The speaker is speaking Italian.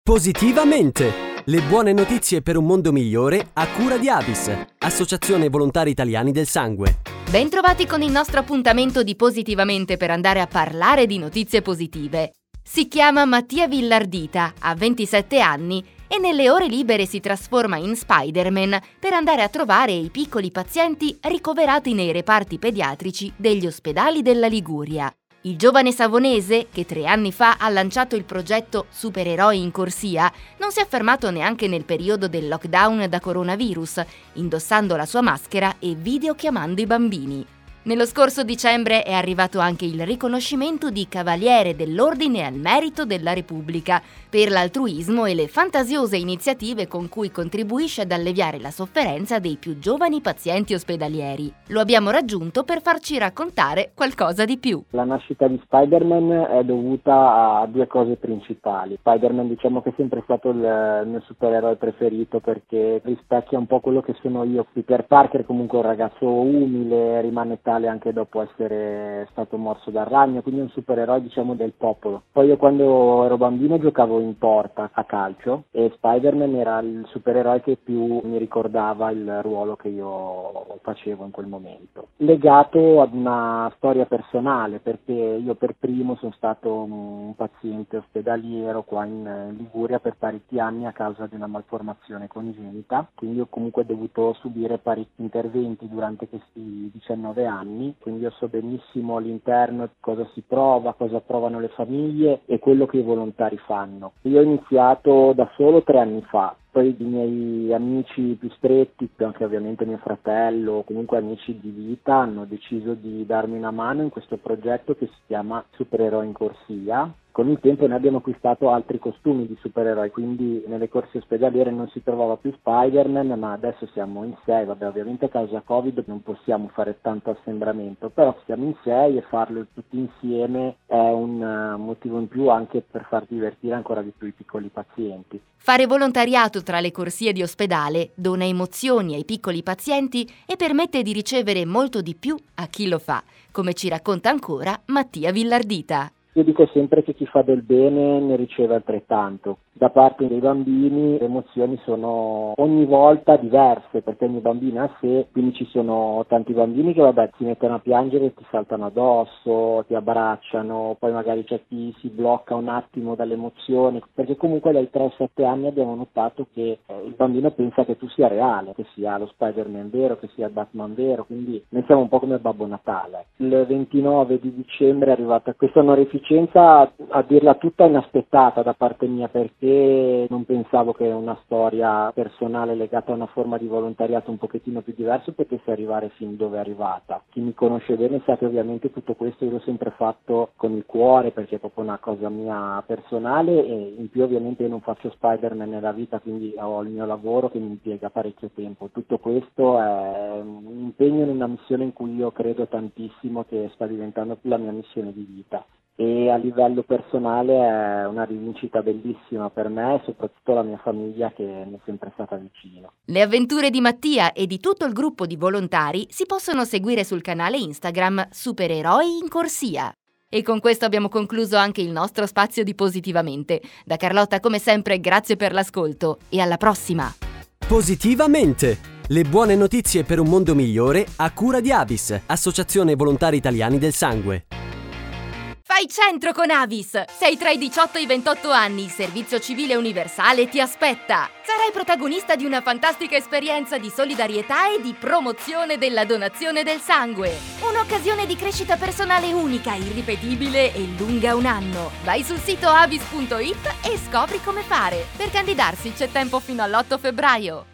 Positivamente! Le buone notizie per un mondo migliore a cura di Avis, Associazione Volontari Italiani del Sangue. Bentrovati con il nostro appuntamento di Positivamente per andare a parlare di notizie positive. Si chiama Mattia Villardita, ha 27 anni e nelle ore libere si trasforma in Spider-Man per andare a trovare i piccoli pazienti ricoverati nei reparti pediatrici degli ospedali della Liguria. Il giovane savonese, che 3 anni fa ha lanciato il progetto Supereroi in corsia, non si è fermato neanche nel periodo del lockdown da coronavirus, indossando la sua maschera e videochiamando i bambini. Nello scorso dicembre è arrivato anche il riconoscimento di Cavaliere dell'Ordine al Merito della Repubblica per l'altruismo e le fantasiose iniziative con cui contribuisce ad alleviare la sofferenza dei più giovani pazienti ospedalieri. Lo abbiamo raggiunto per farci raccontare qualcosa di più. La nascita di Spider-Man è dovuta a 2 cose principali. Spider-Man diciamo che è sempre stato il mio supereroe preferito perché rispecchia un po' quello che sono io. Peter Parker comunque è un ragazzo umile, rimane anche dopo essere stato morso dal ragno, quindi è un supereroe diciamo del popolo. Poi io quando ero bambino giocavo in porta a calcio e Spider-Man era il supereroe che più mi ricordava il ruolo che io facevo in quel momento. Legato ad una storia personale perché io per primo sono stato un paziente ospedaliero qua in Liguria per parecchi anni a causa di una malformazione congenita, quindi ho comunque dovuto subire parecchi interventi durante questi 19 anni. Quindi io so benissimo all'interno cosa si prova, cosa provano le famiglie e quello che i volontari fanno. Io ho iniziato da solo 3 anni fa. Poi i miei amici più stretti, anche ovviamente mio fratello, comunque amici di vita, hanno deciso di darmi una mano in questo progetto che si chiama Supereroi in corsia. Con il tempo noi abbiamo acquistato altri costumi di supereroi, quindi nelle corsie ospedaliere non si trovava più Spider-Man, ma adesso siamo in 6, ovviamente a causa Covid non possiamo fare tanto assembramento, però siamo in 6 e farlo tutti insieme è un motivo in più anche per far divertire ancora di più i piccoli pazienti. Fare volontariato tra le corsie di ospedale dona emozioni ai piccoli pazienti e permette di ricevere molto di più a chi lo fa, come ci racconta ancora Mattia Villardita. Io dico sempre che chi fa del bene ne riceve altrettanto. Da parte dei bambini le emozioni sono ogni volta diverse perché ogni bambino è a sé, quindi ci sono tanti bambini che si mettono a piangere, ti saltano addosso, ti abbracciano, poi magari c'è chi si blocca un attimo dall'emozione, perché comunque dai 3-7 anni abbiamo notato che il bambino pensa che tu sia reale, che sia lo Spider-Man vero, che sia il Batman vero, quindi noi siamo un po' come Babbo Natale. Il 29 di dicembre è arrivata questa onorificenza, a dirla tutta inaspettata da parte mia perché non pensavo che una storia personale legata a una forma di volontariato un pochettino più diverso potesse arrivare fin dove è arrivata. Chi mi conosce bene sa che ovviamente tutto questo io l'ho sempre fatto con il cuore perché è proprio una cosa mia personale e in più ovviamente io non faccio Spider-Man nella vita, quindi ho il mio lavoro che mi impiega parecchio tempo. Tutto questo è un impegno in una missione in cui io credo tantissimo, che sta diventando la mia missione di vita. E a livello personale è una rivincita bellissima per me e soprattutto la mia famiglia che mi è sempre stata vicino. Le avventure di Mattia e di tutto il gruppo di volontari si possono seguire sul canale Instagram Supereroi in corsia. E con questo abbiamo concluso anche il nostro spazio di Positivamente. Da Carlotta come sempre grazie per l'ascolto e alla prossima! Positivamente! Le buone notizie per un mondo migliore a cura di Avis, Associazione Volontari Italiani del Sangue. Fai centro con Avis! Sei tra i 18 e i 28 anni, il servizio civile universale ti aspetta! Sarai protagonista di una fantastica esperienza di solidarietà e di promozione della donazione del sangue. Un'occasione di crescita personale unica, irripetibile e lunga un anno. Vai sul sito avis.it e scopri come fare. Per candidarsi c'è tempo fino all'8 febbraio.